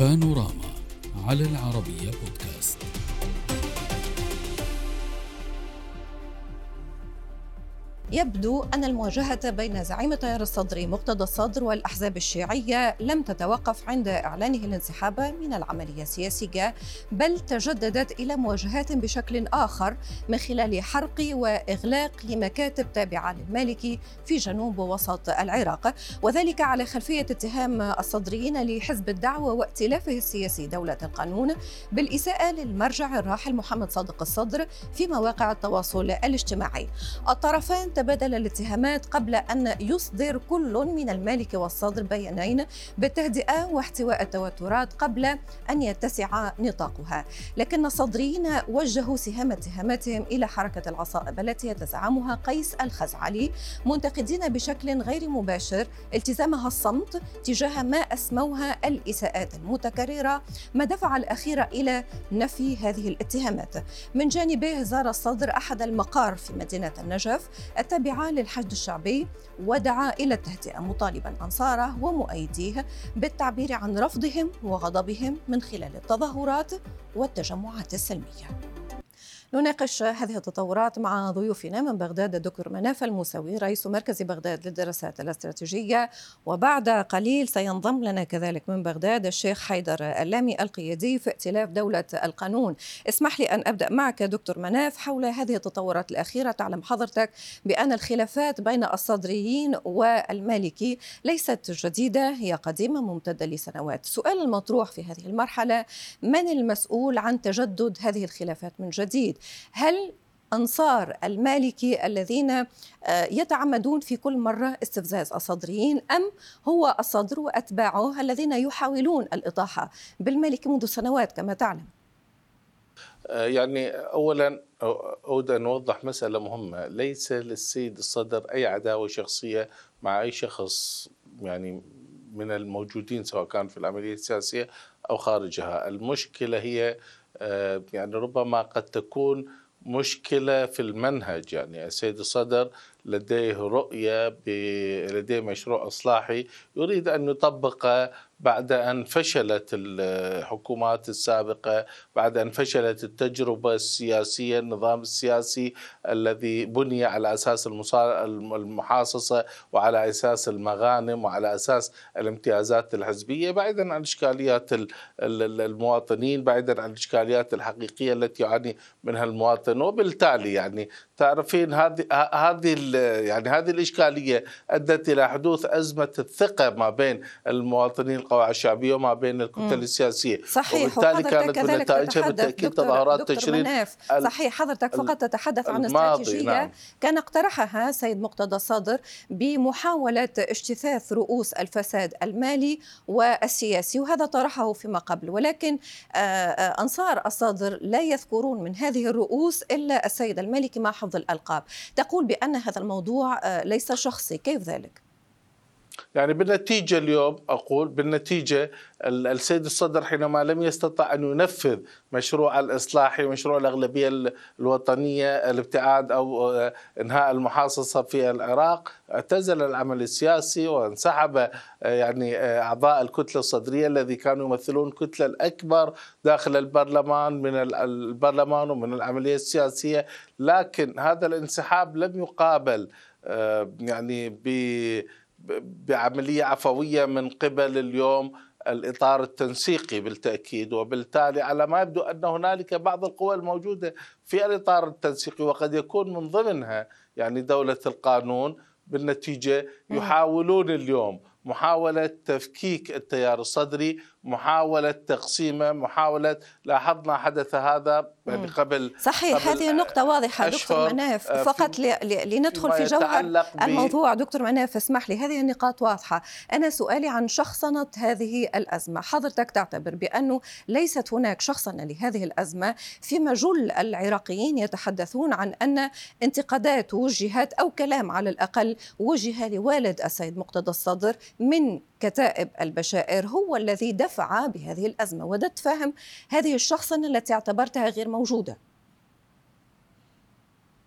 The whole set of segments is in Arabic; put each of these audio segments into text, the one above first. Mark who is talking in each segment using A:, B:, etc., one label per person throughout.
A: بانوراما على العربية بودكاست.
B: يبدو أن المواجهة بين زعيم التيار الصدري مقتدى الصدر والأحزاب الشيعية لم تتوقف عند إعلانه الانسحاب من العملية السياسية، بل تجددت إلى مواجهات بشكل آخر من خلال حرق وإغلاق لمكاتب تابعة للمالكي في جنوب ووسط العراق، وذلك على خلفية اتهام الصدريين لحزب الدعوة وائتلافه السياسي دولة القانون بالإساءة للمرجع الراحل محمد صادق الصدر في مواقع التواصل الاجتماعي. الطرفان تبادل الاتهامات قبل أن يصدر كل من المالكي والصدر بيانين بالتهدئة واحتواء التوترات قبل أن يتسع نطاقها، لكن الصدريين وجهوا سهام اتهاماتهم إلى حركة العصائب التي يتزعمها قيس الخزعلي، منتقدين بشكل غير مباشر التزامها الصمت تجاه ما أسموها الإساءات المتكررة، ما دفع الأخير إلى نفي هذه الاتهامات. من جانبه زار الصدر أحد المقار في مدينة النجف التابعة للحشد الشعبي ودعا إلى التهدئة، مطالبا أنصاره ومؤيديه بالتعبير عن رفضهم وغضبهم من خلال التظاهرات والتجمعات السلمية. نناقش هذه التطورات مع ضيوفنا من بغداد الدكتور مناف الموسوي رئيس مركز بغداد للدراسات الاستراتيجية، وبعد قليل سينضم لنا كذلك من بغداد الشيخ حيدر اللامي القيادي في ائتلاف دولة القانون. اسمح لي أن أبدأ معك دكتور مناف حول هذه التطورات الأخيرة. تعلم حضرتك بأن الخلافات بين الصدريين والمالكي ليست جديدة، هي قديمة ممتدة لسنوات. السؤال المطروح في هذه المرحلة: من المسؤول عن تجدد هذه الخلافات من جديد؟ هل أنصار المالكي الذين يتعمدون في كل مرة استفزاز الصدريين، أم هو الصدر وأتباعه الذين يحاولون الإطاحة بالمالكي منذ سنوات كما تعلم؟
C: يعني أولا أود أن أوضح مسألة مهمة: ليس للسيد الصدر أي عداوة شخصية مع أي شخص يعني من الموجودين سواء كان في العملية السياسية أو خارجها. المشكلة هي يعني ربما قد تكون مشكلة في المنهج. يعني السيد الصدر لديه رؤية، لديه مشروع إصلاحي يريد أن يطبقه بعد أن فشلت الحكومات السابقة، بعد أن فشلت التجربة السياسية، النظام السياسي الذي بني على أساس المحاصصة وعلى أساس المغانم وعلى أساس الامتيازات الحزبية، بعيدا عن إشكاليات المواطنين، بعيدا عن الإشكاليات الحقيقية التي يعاني منها المواطن. وبالتالي يعني تعرفين هذه الإشكالية أدت إلى حدوث أزمة الثقة ما بين المواطنين القواعد الشعبية وما بين الكتل السياسية.
B: صحيح،
C: وبالتالي كانت من نتائجها بالتأكيد تظاهرات تشرين.
B: صحيح، حضرتك فقط تتحدث عن استراتيجية نعم. كان اقترحها سيد مقتدى الصدر بمحاولة اجتثاث رؤوس الفساد المالي والسياسي، وهذا طرحه فيما قبل، ولكن أنصار الصدر لا يذكرون من هذه الرؤوس إلا السيد المالكي مع حفظ الألقاب. تقول بأن هذا الموضوع ليس شخصي، كيف ذلك؟
C: يعني بالنتيجة اليوم أقول بالنتيجة السيد الصدر حينما لم يستطع أن ينفذ مشروع الإصلاحي، مشروع الأغلبية الوطنية، الابتعاد أو إنهاء المحاصصة في العراق، اعتزل العمل السياسي وانسحب يعني أعضاء الكتلة الصدرية الذي كانوا يمثلون الكتلة الأكبر داخل البرلمان من البرلمان ومن العملية السياسية. لكن هذا الانسحاب لم يقابل يعني بعملية عفوية من قبل اليوم الإطار التنسيقي بالتأكيد. وبالتالي على ما يبدو أن هنالك بعض القوى الموجودة في الإطار التنسيقي وقد يكون من ضمنها يعني دولة القانون، بالنتيجة يحاولون اليوم محاولة تفكيك التيار الصدري، محاولة تقسيمه، محاولة لاحظنا حدث هذا يعني
B: صحيح. هذه النقطة واضحة دكتور مناف. فقط لندخل في جوهر الموضوع دكتور مناف، اسمح لي، هذه النقاط واضحة. أنا سؤالي عن شخصنة هذه الأزمة. حضرتك تعتبر بأنه ليست هناك شخصنة لهذه الأزمة، فيما جل العراقيين يتحدثون عن أن انتقادات وجهت أو كلام على الأقل وجه لوالد السيد مقتدى الصدر من كتائب البشائر هو الذي دفع بهذه الأزمة. وددت فهم هذه الشخصنة التي اعتبرتها غير موجودة.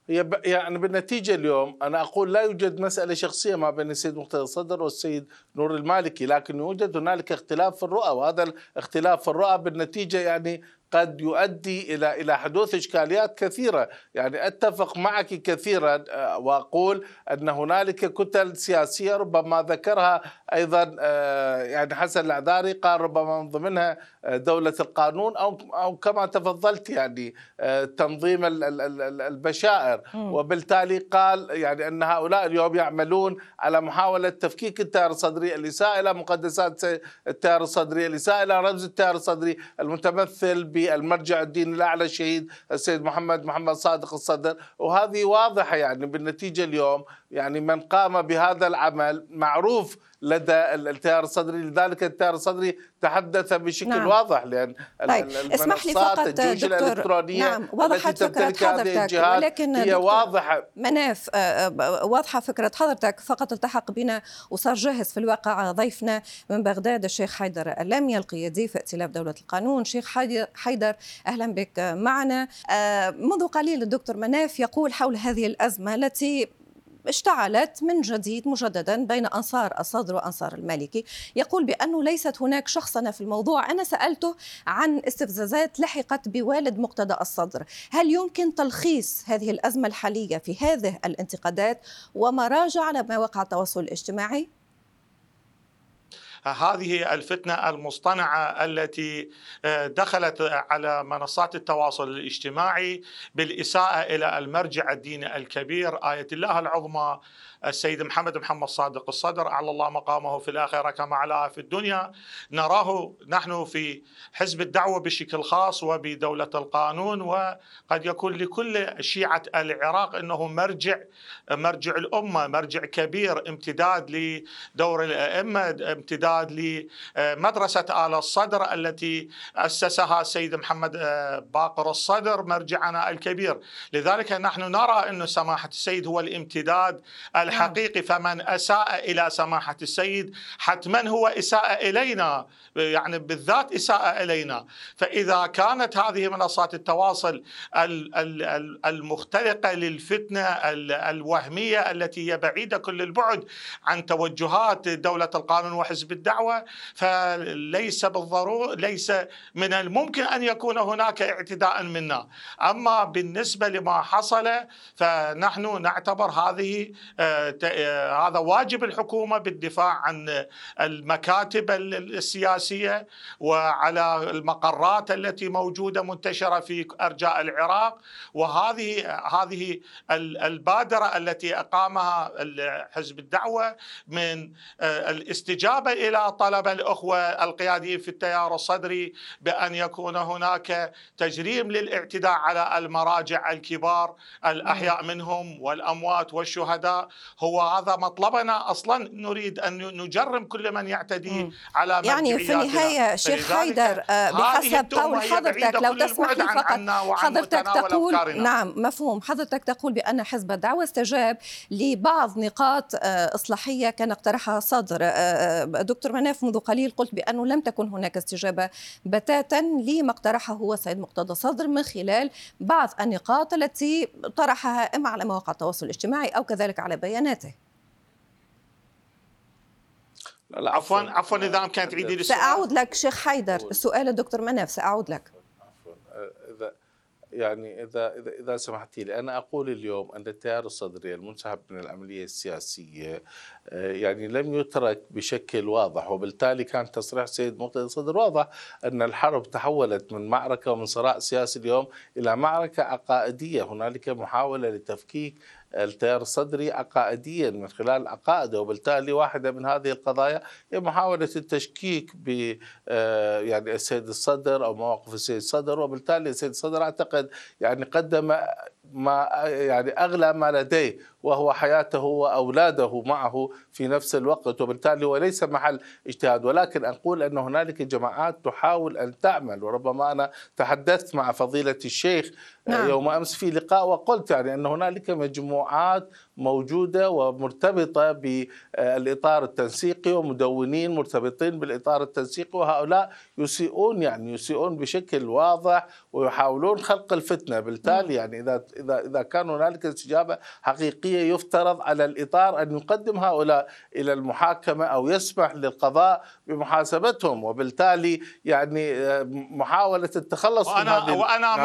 C: يعني بالنتيجة اليوم أنا أقول لا يوجد مسألة شخصية ما بين السيد مقتدى الصدر والسيد نور المالكي، لكن يوجد هنالك اختلاف في الرؤى، وهذا الاختلاف في الرؤى بالنتيجة يعني قد يؤدي إلى حدوث إشكاليات كثيرة. يعني أتفق معك كثيرا وأقول أن هنالك كتل سياسية ربما ذكرها أيضا يعني حسن العذاري، قال ربما من ضمنها دولة القانون أو كما تفضلت يعني تنظيم البشائر، وبالتالي قال يعني أن هؤلاء اليوم يعملون على محاولة تفكيك التيار الصدري، الإساءة إلى مقدسات التيار الصدري، الإساءة إلى رمز التيار الصدري المتمثل بالمرجع الديني الأعلى الشهيد السيد محمد صادق الصدر. وهذه واضحة يعني بالنتيجة اليوم يعني من قام بهذا العمل معروف لدى التيار الصدري، لذلك التيار الصدري تحدث بشكل واضح، لأن
B: طيب اسمح لي فقط
C: الجيوش الإلكترونية
B: وضحت فكرة حضرتك، ولكن
C: هي واضحة.
B: مناف واضحة فكرة حضرتك، فقط التحق بنا وصار جاهز في الواقع ضيفنا من بغداد الشيخ حيدر اللامي القيادي في ائتلاف دولة القانون. شيخ حيدر أهلا بك معنا. منذ قليل الدكتور مناف يقول حول هذه الأزمة التي اشتعلت من جديد مجددا بين أنصار الصدر وأنصار المالكي، يقول بأنه ليست هناك شخصنة في الموضوع. أنا سألته عن استفزازات لحقت بوالد مقتدى الصدر، هل يمكن تلخيص هذه الأزمة الحالية في هذه الانتقادات وما راجع على مواقع التواصل الاجتماعي؟
D: هذه الفتنة المصطنعة التي دخلت على منصات التواصل الاجتماعي بالإساءة إلى المرجع الديني الكبير آية الله العظمى السيد محمد صادق الصدر أعلى الله مقامه في الآخرة كما علا في الدنيا، نراه نحن في حزب الدعوة بشكل خاص وبدولة القانون، وقد يكون لكل شيعة العراق أنه مرجع الأمة، مرجع كبير، امتداد لدور الأئمة، امتداد لمدرسة آل الصدر التي أسسها السيد محمد باقر الصدر مرجعنا الكبير. لذلك نحن نرى أن سماحة السيد هو الامتداد الحقيقي، فمن أساء إلى سماحة السيد حتما هو إساءة إلينا، يعني بالذات إساءة إلينا. فإذا كانت هذه منصات التواصل المختلقة للفتنة الوهمية التي هي بعيدة كل البعد عن توجهات دولة القانون وحزب الدعوة، فليس بالضرورة، ليس من الممكن أن يكون هناك اعتداء منا. أما بالنسبة لما حصل فنحن نعتبر هذا واجب الحكومة بالدفاع عن المكاتب السياسية وعلى المقرات التي موجودة منتشرة في أرجاء العراق. وهذه البادرة التي أقامها حزب الدعوة من الاستجابة إلى طلب الأخوة القياديين في التيار الصدري بأن يكون هناك تجريم للاعتداء على المراجع الكبار الأحياء منهم والأموات والشهداء. هو هذا مطلبنا أصلا، نريد أن نجرم كل من يعتدي على مرجعياتنا.
B: يعني في النهاية شيخ حيدر بحسب قول حضرتك، لو تسمح لي فقط، حضرتك تقول نعم مفهوم، حضرتك تقول بأن حزب الدعوة استجاب لبعض نقاط إصلاحية كان اقترحها الصدر. دكتور مناف منذ قليل قلت بأنه لم تكن هناك استجابة بتاتا لما اقترحه هو السيد مقتدى الصدر من خلال بعض النقاط التي طرحها إما على مواقع التواصل الاجتماعي أو كذلك على بياناته.
D: عفوا إذا كانت تعيدي السؤال.
B: سأعود لك شيخ حيدر، السؤال الدكتور مناف سأعود لك.
C: يعني إذا سمحتي لي، أنا أقول اليوم أن التيار الصدري المنسحب من العملية السياسية يعني لم يترك بشكل واضح، وبالتالي كان تصريح السيد مقتدى الصدر واضح أن الحرب تحولت من معركة ومن صراع سياسي اليوم إلى معركة عقائدية. هنالك محاولة لتفكيك التيار الصدري عقائديا من خلال عقائده، وبالتالي واحدة من هذه القضايا هي محاولة التشكيك ب يعني السيد الصدر أو مواقف السيد الصدر. وبالتالي السيد الصدر أعتقد يعني قدم ما يعني أغلى ما لديه، وهو حياته وأولاده معه في نفس الوقت، وبالتالي هو ليس محل اجتهاد. ولكن أقول أن هنالك جماعات تحاول أن تعمل، وربما أنا تحدثت مع فضيلة الشيخ يوم أمس في لقاء وقلت يعني أن هنالك مجموعات موجودة ومرتبطة بالإطار التنسيقي ومدونين مرتبطين بالإطار التنسيقي، وهؤلاء يسيئون بشكل واضح ويحاولون خلق الفتنة. بالتالي يعني إذا كان هنالك استجابة حقيقية يفترض على الإطار أن يقدم هؤلاء إلى المحاكمة أو يسمح للقضاء بمحاسبتهم، وبالتالي يعني محاولة التخلص من هذه
D: وأنا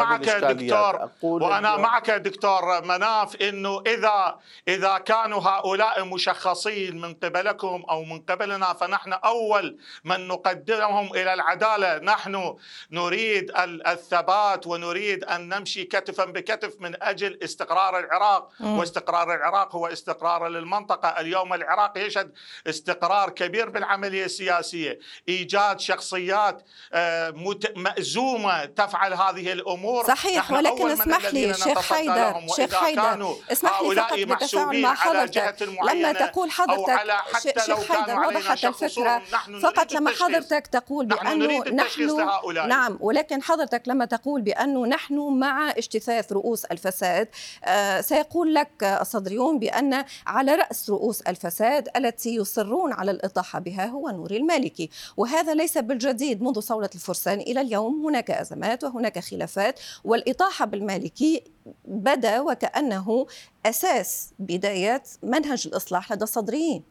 D: معك دكتور مناف إنه إذا كانوا هؤلاء مشخصين من قبلكم أو من قبلنا فنحن أول من نقدمهم إلى العدالة. نحن نريد الثبات ونريد أن نمشي كتفا بكتف من أجل استقرار العراق، واستقرار العراق هو استقرار للمنطقة. اليوم العراق يشهد استقرار كبير بالعملية السياسية، إيجاد شخصيات مأزومة تفعل هذه الأمور.
B: صحيح، ولكن اسمح لي شيخ حيدر اسمح لي فقط بالتفاعل مع حضرتك لما تقول حضرتك شيخ حيدر وضحت الفكرة فقط لما حضرتك تقول بأنه نعم، ولكن حضرتك لما تقول بأنه نحن مع اجتثاث رؤوس الفساد سيقول لك الصدريون بأن على رأس رؤوس الفساد التي يصرون على الإطاحة بها هو نور المالكي، وهذا ليس بالجديد. منذ ثورة الفرسان إلى اليوم هناك أزمات وهناك خلافات، والإطاحة بالمالكي بدا وكأنه أساس بداية منهج الإصلاح لدى الصدريين.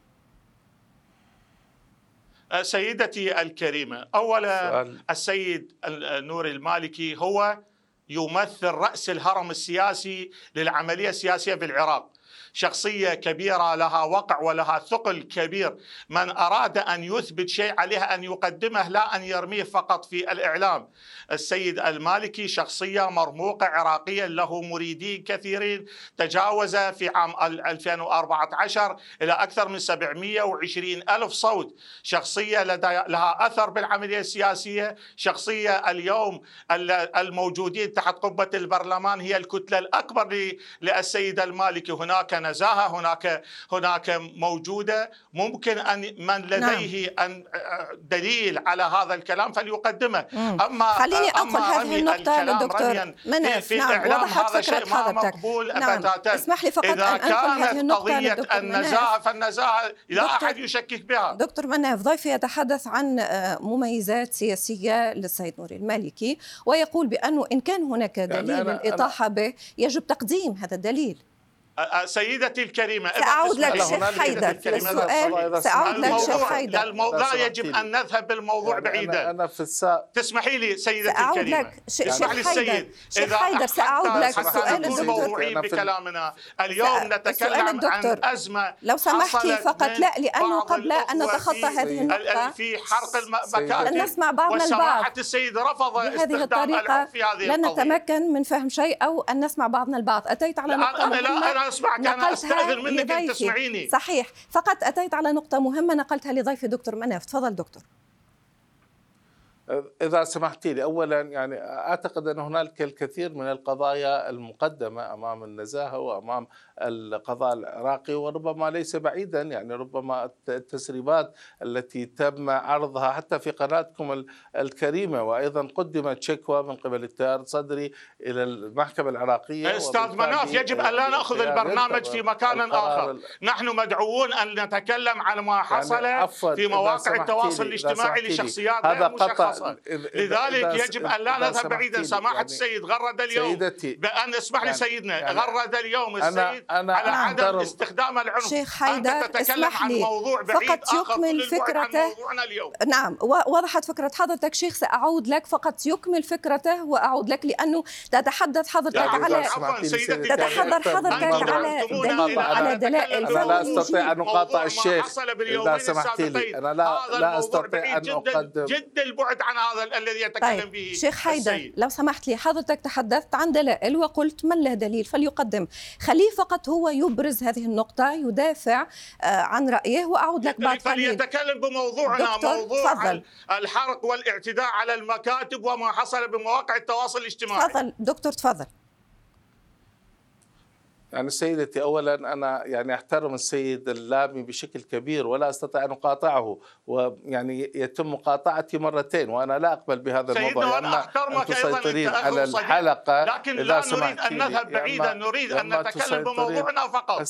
D: سيدتي الكريمة، أولا السيد نور المالكي هو يمثل رأس الهرم السياسي للعملية السياسية بالعراق، شخصية كبيرة لها وقع ولها ثقل كبير. من أراد أن يثبت شيء عليه أن يقدمه لا أن يرميه فقط في الإعلام. السيد المالكي شخصية مرموقة عراقيا له مريدين كثيرين، تجاوز في عام 2014 إلى أكثر من 720 ألف صوت. شخصية لها أثر بالعملية السياسية، شخصية اليوم الموجودين تحت قبة البرلمان هي الكتلة الأكبر للسيد المالكي. هناك نزاهة، هناك موجودة، ممكن أن من لديه أن دليل على هذا الكلام فليقدمه.
B: خليني أنقل هذه النقطة للدكتور مناف.
D: وضحت فكرة حضرتك.
B: اسمح لي فقط أن أنقل هذه النقطة للدكتور
D: النزاهة، فالنزاهة لا أحد يشكك بها.
B: دكتور مناف، ضيفي يتحدث عن مميزات سياسية للسيد نور المالكي ويقول بأنه إن كان هناك دليل للإطاحة به يجب تقديم هذا الدليل.
D: سيدتي الكريمة،
B: سأعود لك شيخ حيدر للسؤال. سأعود لك شيخ حيدر.
D: لا يجب أن نذهب بالموضوع بعيدا.
C: أنا في
D: تسمحي لي سيدتي
B: سأعود
D: الكريمة.
B: لك شيخ حيدر سأعود لك سؤال الدكتور
D: بكلامنا. اليوم نتكلم عن أزمة
B: لو سمحتي فقط لا، لأنه قبل أن نتخطى هذه النقطة
D: في حرق المكاتب
B: لن نسمع بعضنا البعض.
D: السيد رفض
B: بهذه الطريقة لن نتمكن من فهم شيء أو أن نسمع بعضنا البعض. أتيت على نقطة مهمة
D: أسمعك، أنا أستأذن منك أن تسمعيني.
B: صحيح، فقط أتيت على نقطة مهمة نقلتها لضيفي دكتور مناف. تفضل دكتور.
C: إذا سمحتي لي، أولا يعني أعتقد أن هنالك الكثير من القضايا المقدمة أمام النزاهة وأمام القضاء العراقي، وربما ليس بعيدا يعني ربما التسريبات التي تم عرضها حتى في قناتكم الكريمة، وأيضا قدمت شكوى من قبل التيار الصدري إلى المحكمة العراقية.
D: أستاذ مناف، يجب أن لا نأخذ البرنامج في مكان آخر. نحن مدعوون أن نتكلم على ما حصل يعني في مواقع التواصل الاجتماعي لشخصيات غير مشخصة. لذلك يجب أن لا نذهب بعيدا. سماحة يعني السيد غرد اليوم بأن اسمح لي سيدنا، يعني غرد اليوم السيد على عدم استخدام العنف.
B: شيخ حيدر اسمح لي فقط يكمل فكرته. نعم، وضحت فكرة حضرتك شيخ. سأعود لك فقط يكمل فكرته وأعود لك لأنه تتحدث حضرتك على على دلائل.
C: أنا لا أستطيع أن أقاطع الشيخ إذا سمحتي لي. أنا لا أستطيع أن أقدم
D: جد البعد عن هذا الذي يتكلم به
B: شيخ حيدر. لو سمحت لي، حضرتك تحدثت عن دلائل وقلت من له دليل فليقدم. خليه فقط هو يبرز هذه النقطة، يدافع عن رأيه، وأعود لك بعد قليل.
D: فليتكلم بموضوعنا، موضوع الحرق والاعتداء على المكاتب وما حصل بمواقع التواصل الاجتماعي.
B: تفضل دكتور، تفضل.
C: يعني سيدتي، أولا أنا يعني أحترم السيد اللامي بشكل كبير ولا أستطيع أن أقاطعه، ويعني يتم مقاطعتي مرتين وأنا لا أقبل بهذا الموضوع.
D: سيدنا وأنا أحترمك أيضا،
C: تسيطرين على الحلقة،
D: لكن لا نريد أن نذهب بعيدا، نريد أن نتكلم بموضوعنا فقط.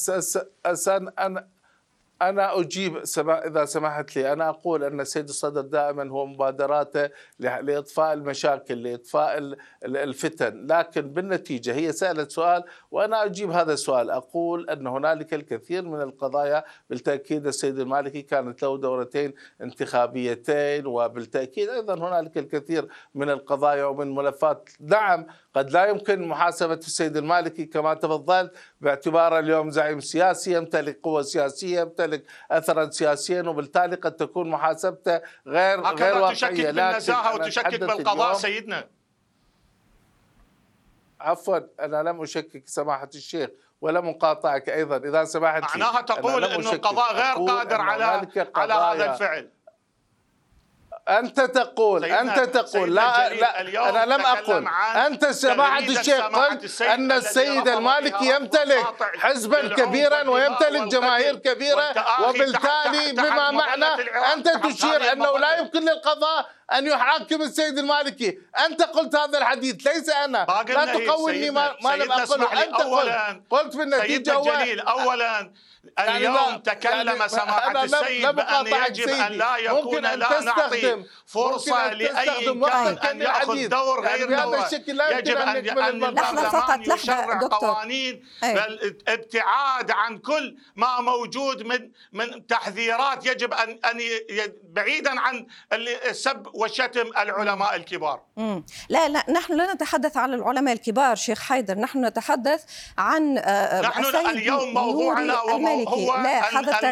C: أنا أجيب إذا سمحت لي. أنا أقول أن السيد الصدر دائما هو مبادراته لإطفاء المشاكل، لإطفاء الفتن، لكن بالنتيجة هي سألت سؤال وأنا أجيب هذا السؤال. أقول أن هنالك الكثير من القضايا، بالتأكيد السيد المالكي كانت له دورتين انتخابيتين، وبالتأكيد أيضا هنالك الكثير من القضايا ومن ملفات. نعم، قد لا يمكن محاسبة السيد المالكي كما تفضلت باعتباره اليوم زعيم سياسي يمتلك قوة سياسية، يمتلك أثرا سياسيا، وبالتالي قد تكون محاسبته غير واقعية.
D: تشكك بالنزاهة وتشكك بالقضاء سيدنا.
C: عفوا، أنا لم أشكك سماحة الشيخ ولم أقاطعك أيضا إذا سمحت لي.
D: معناها تقول أن القضاء غير قادر على هذا الفعل.
C: أنت تقول لا أنا لم أقل. أنت سماحة الشيخ قلت أن السيد المالكي يمتلك حزبا كبيرا ويمتلك جماهير كبيرة، وبالتالي بما معنى أنت تشير أنه لا يمكن للقضاء أن يحاكم السيد المالكي. أنت قلت هذا الحديث ليس أنا، لا تقولني ما لم أقله. أنت قلت في النتيجة.
D: أولا اليوم تكلم سماحة السيد بأن يجب أن لا يكون لا نعطي فرصة لأي كان أن يأخذ دور غير دوره. يجب أن البرلمان يشرع قوانين الابتعاد عن كل ما موجود من تحذيرات. يجب أن بعيدا عن السب وشتم العلماء الكبار.
B: لا نحن لا نتحدث عن العلماء الكبار شيخ حيدر، نحن نتحدث عن
D: نحن اليوم موضوعنا هو
B: لا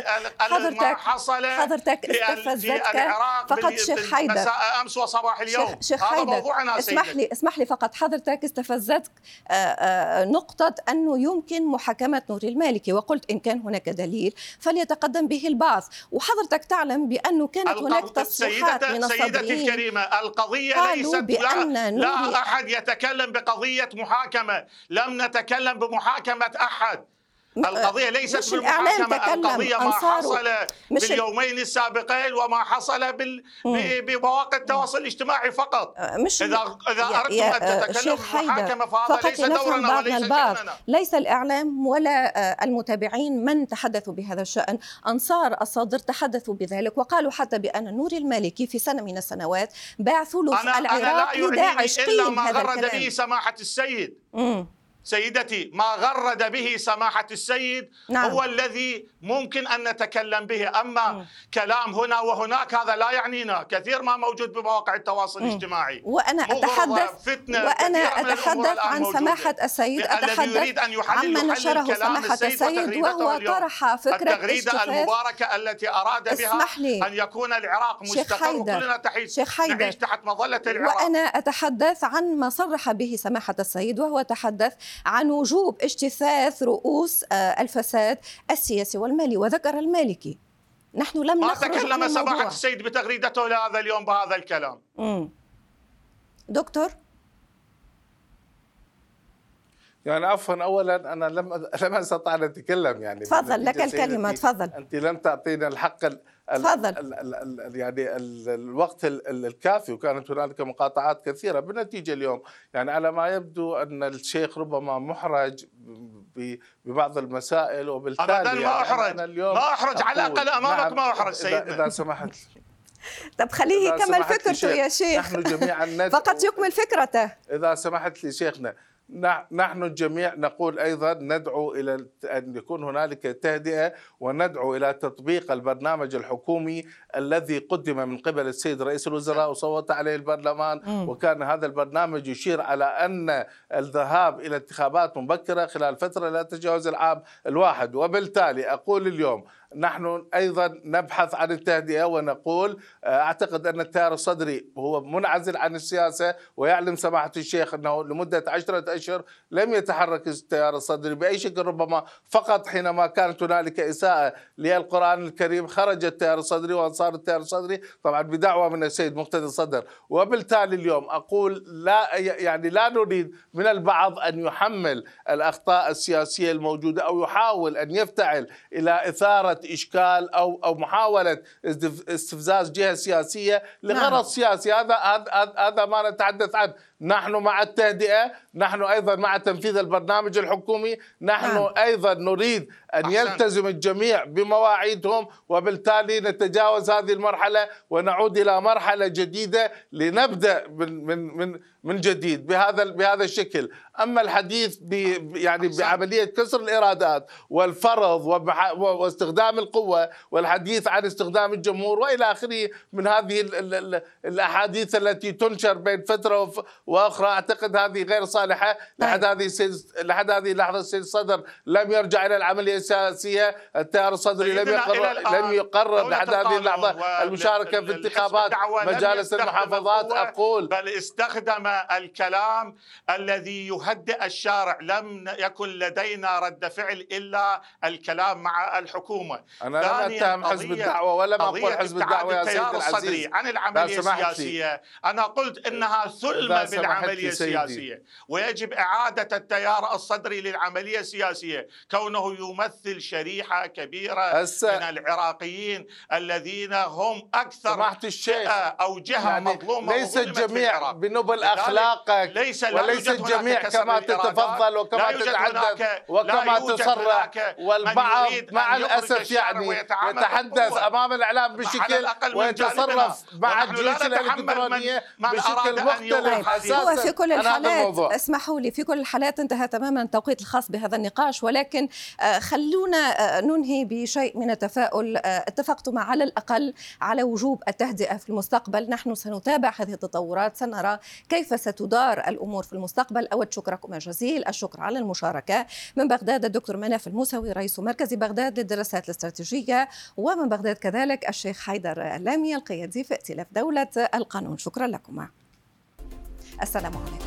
B: حضرتك استفزتك فقط شيخ حيدر
D: أمس وصباح اليوم.
B: شيخ حيدر اسمح لي فقط. حضرتك استفزتك نقطة أنه يمكن محاكمة نور المالكي، وقلت إن كان هناك دليل فليتقدم به البعض، وحضرتك تعلم بأنه كانت هناك تصريحات من الصادرين.
D: سيدتي الكريمة، القضية ليست لا أحد يتكلم بقضية محاكمة، لم نتكلم بمحاكمة أحد. القضية ليست بالمحاكمة، القضية ما حصل باليومين السابقين وما حصل بمواقع التواصل الاجتماعي فقط. إذا أردتم أن تتكلموا بالمحاكمة فهذا ليس دورنا وليس شأننا.
B: ليس الإعلام ولا المتابعين من تحدثوا بهذا الشأن. أنصار الصدر تحدثوا بذلك وقالوا حتى بأن نور المالكي في سنة من السنوات باع ثلث العراق لداعش.
D: إلا ما غرد به سماحة السيد. سيدتي، ما غرد به سماحة السيد
B: نعم.
D: هو الذي ممكن أن نتكلم به، أما كلام هنا وهناك هذا لا يعنينا. كثير ما موجود بمواقع التواصل الاجتماعي.
B: وأنا أتحدث عن سماحة السيد، أتحدث عما نشره سماحة السيد، وهو طرح فكرة
D: التغريدة المباركة التي أراد بها أن يكون العراق مستقر وكلنا نعيش تحت مظلة العراق.
B: وأنا أتحدث عن ما صرح به سماحة السيد، وهو تحدث عن وجوب اجتثاث رؤوس الفساد السياسي والمالي، وذكر المالكي. نحن لم نخرج من الموضوع.
D: ما تكلم سماحة السيد بتغريدته لهذا اليوم بهذا الكلام.
B: دكتور،
C: يعني عفوا، اولا انا لم استطع ان اتكلم. يعني
B: تفضل لك الكلمه. تفضل.
C: انت لم تعطينا الحق يعني الوقت الكافي، وكانت هنالك مقاطعات كثيره. بالنتيجه اليوم يعني على ما يبدو ان الشيخ ربما محرج ببعض المسائل، وبالتالي
D: أبداً ما أحرج على الأقل أمامك. ما أحرج سيدنا
C: إذا سمحت.
B: طب خليه يكمل فكرته يا شيخ.
C: نحن جميعا
B: فقط يكمل فكرته.
C: إذا سمحت لي شيخنا، نحن الجميع نقول أيضا ندعو إلى أن يكون هنالك تهدئة، وندعو إلى تطبيق البرنامج الحكومي الذي قدم من قبل السيد رئيس الوزراء وصوت عليه البرلمان. وكان هذا البرنامج يشير على أن الذهاب إلى انتخابات مبكرة خلال فترة لا تتجاوز العام الواحد. وبالتالي أقول اليوم نحن أيضا نبحث عن التهدئة ونقول أعتقد أن التيار الصدري هو منعزل عن السياسة، ويعلم سماحة الشيخ أنه لمدة 10 أشهر لم يتحرك التيار الصدري بأي شكل، ربما فقط حينما كانت هنالك إساءة للقرآن الكريم خرج التيار الصدري وأنصار التيار الصدري طبعا بدعوة من السيد مقتدى الصدر. وبالتالي اليوم أقول لا نريد من البعض أن يحمل الأخطاء السياسية الموجودة أو يحاول أن يفتعل إلى إثارة إشكال أو محاولة استفزاز جهة سياسية لغرض سياسي. هذا ما نتحدث عنه. نحن مع التهدئة، نحن أيضا مع تنفيذ البرنامج الحكومي، نحن أيضا نريد أن يلتزم الجميع بمواعيدهم، وبالتالي نتجاوز هذه المرحلة ونعود إلى مرحلة جديدة لنبدأ من جديد بهذا الشكل. أما الحديث بعملية كسر الإرادات والفرض واستخدام القوة والحديث عن استخدام الجمهور وإلى آخره من هذه الأحاديث التي تنشر بين فترة وأخرى، أعتقد هذه غير صالحة. لحد هذه اللحظة السيد الصدر لم يرجع إلى العملية السياسية، التيار الصدري لم يقرر لحد هذه اللحظة المشاركة في انتخابات مجالس المحافظات. أقول
D: بل استخدم الكلام الذي يهدئ الشارع. لم يكن لدينا رد فعل إلا الكلام مع الحكومة.
C: أنا لم أتهم حزب الدعوة ولم أقول حزب الدعوة يا سيد العزيز
D: عن العملية السياسية. أنا قلت إنها ثلمة بالعملية السياسية، ويجب إعادة التيار الصدري للعملية السياسية، كونه يمثل شريحة كبيرة من العراقيين الذين هم أكثر فئة أو جهة مظلومة.
C: ليس الجميع بنبل أخلاقك، وليس الجميع كما تتفضل وكما تتحدث وكما تصرح، والبعض مع الأسف يتحدث أمام الإعلام بشكل ويتصرف مع الجيوش الإلكترونية بشكل مختلف.
B: هو في كل الحالات، اسمحوا لي، في كل الحالات انتهى تماما التوقيت الخاص بهذا النقاش، ولكن خلونا ننهي بشيء من التفاؤل. اتفقتم على الأقل على وجوب التهدئة في المستقبل. نحن سنتابع هذه التطورات، سنرى كيف ستدار الأمور في المستقبل. أود شكركم جزيل الشكر على المشاركة. من بغداد الدكتور مناف الموسوي رئيس مركز بغداد للدراسات الاستراتيجية، ومن بغداد كذلك الشيخ حيدر اللامي القيادي في ائتلاف دولة القانون. شكرا لكم. السلام عليكم.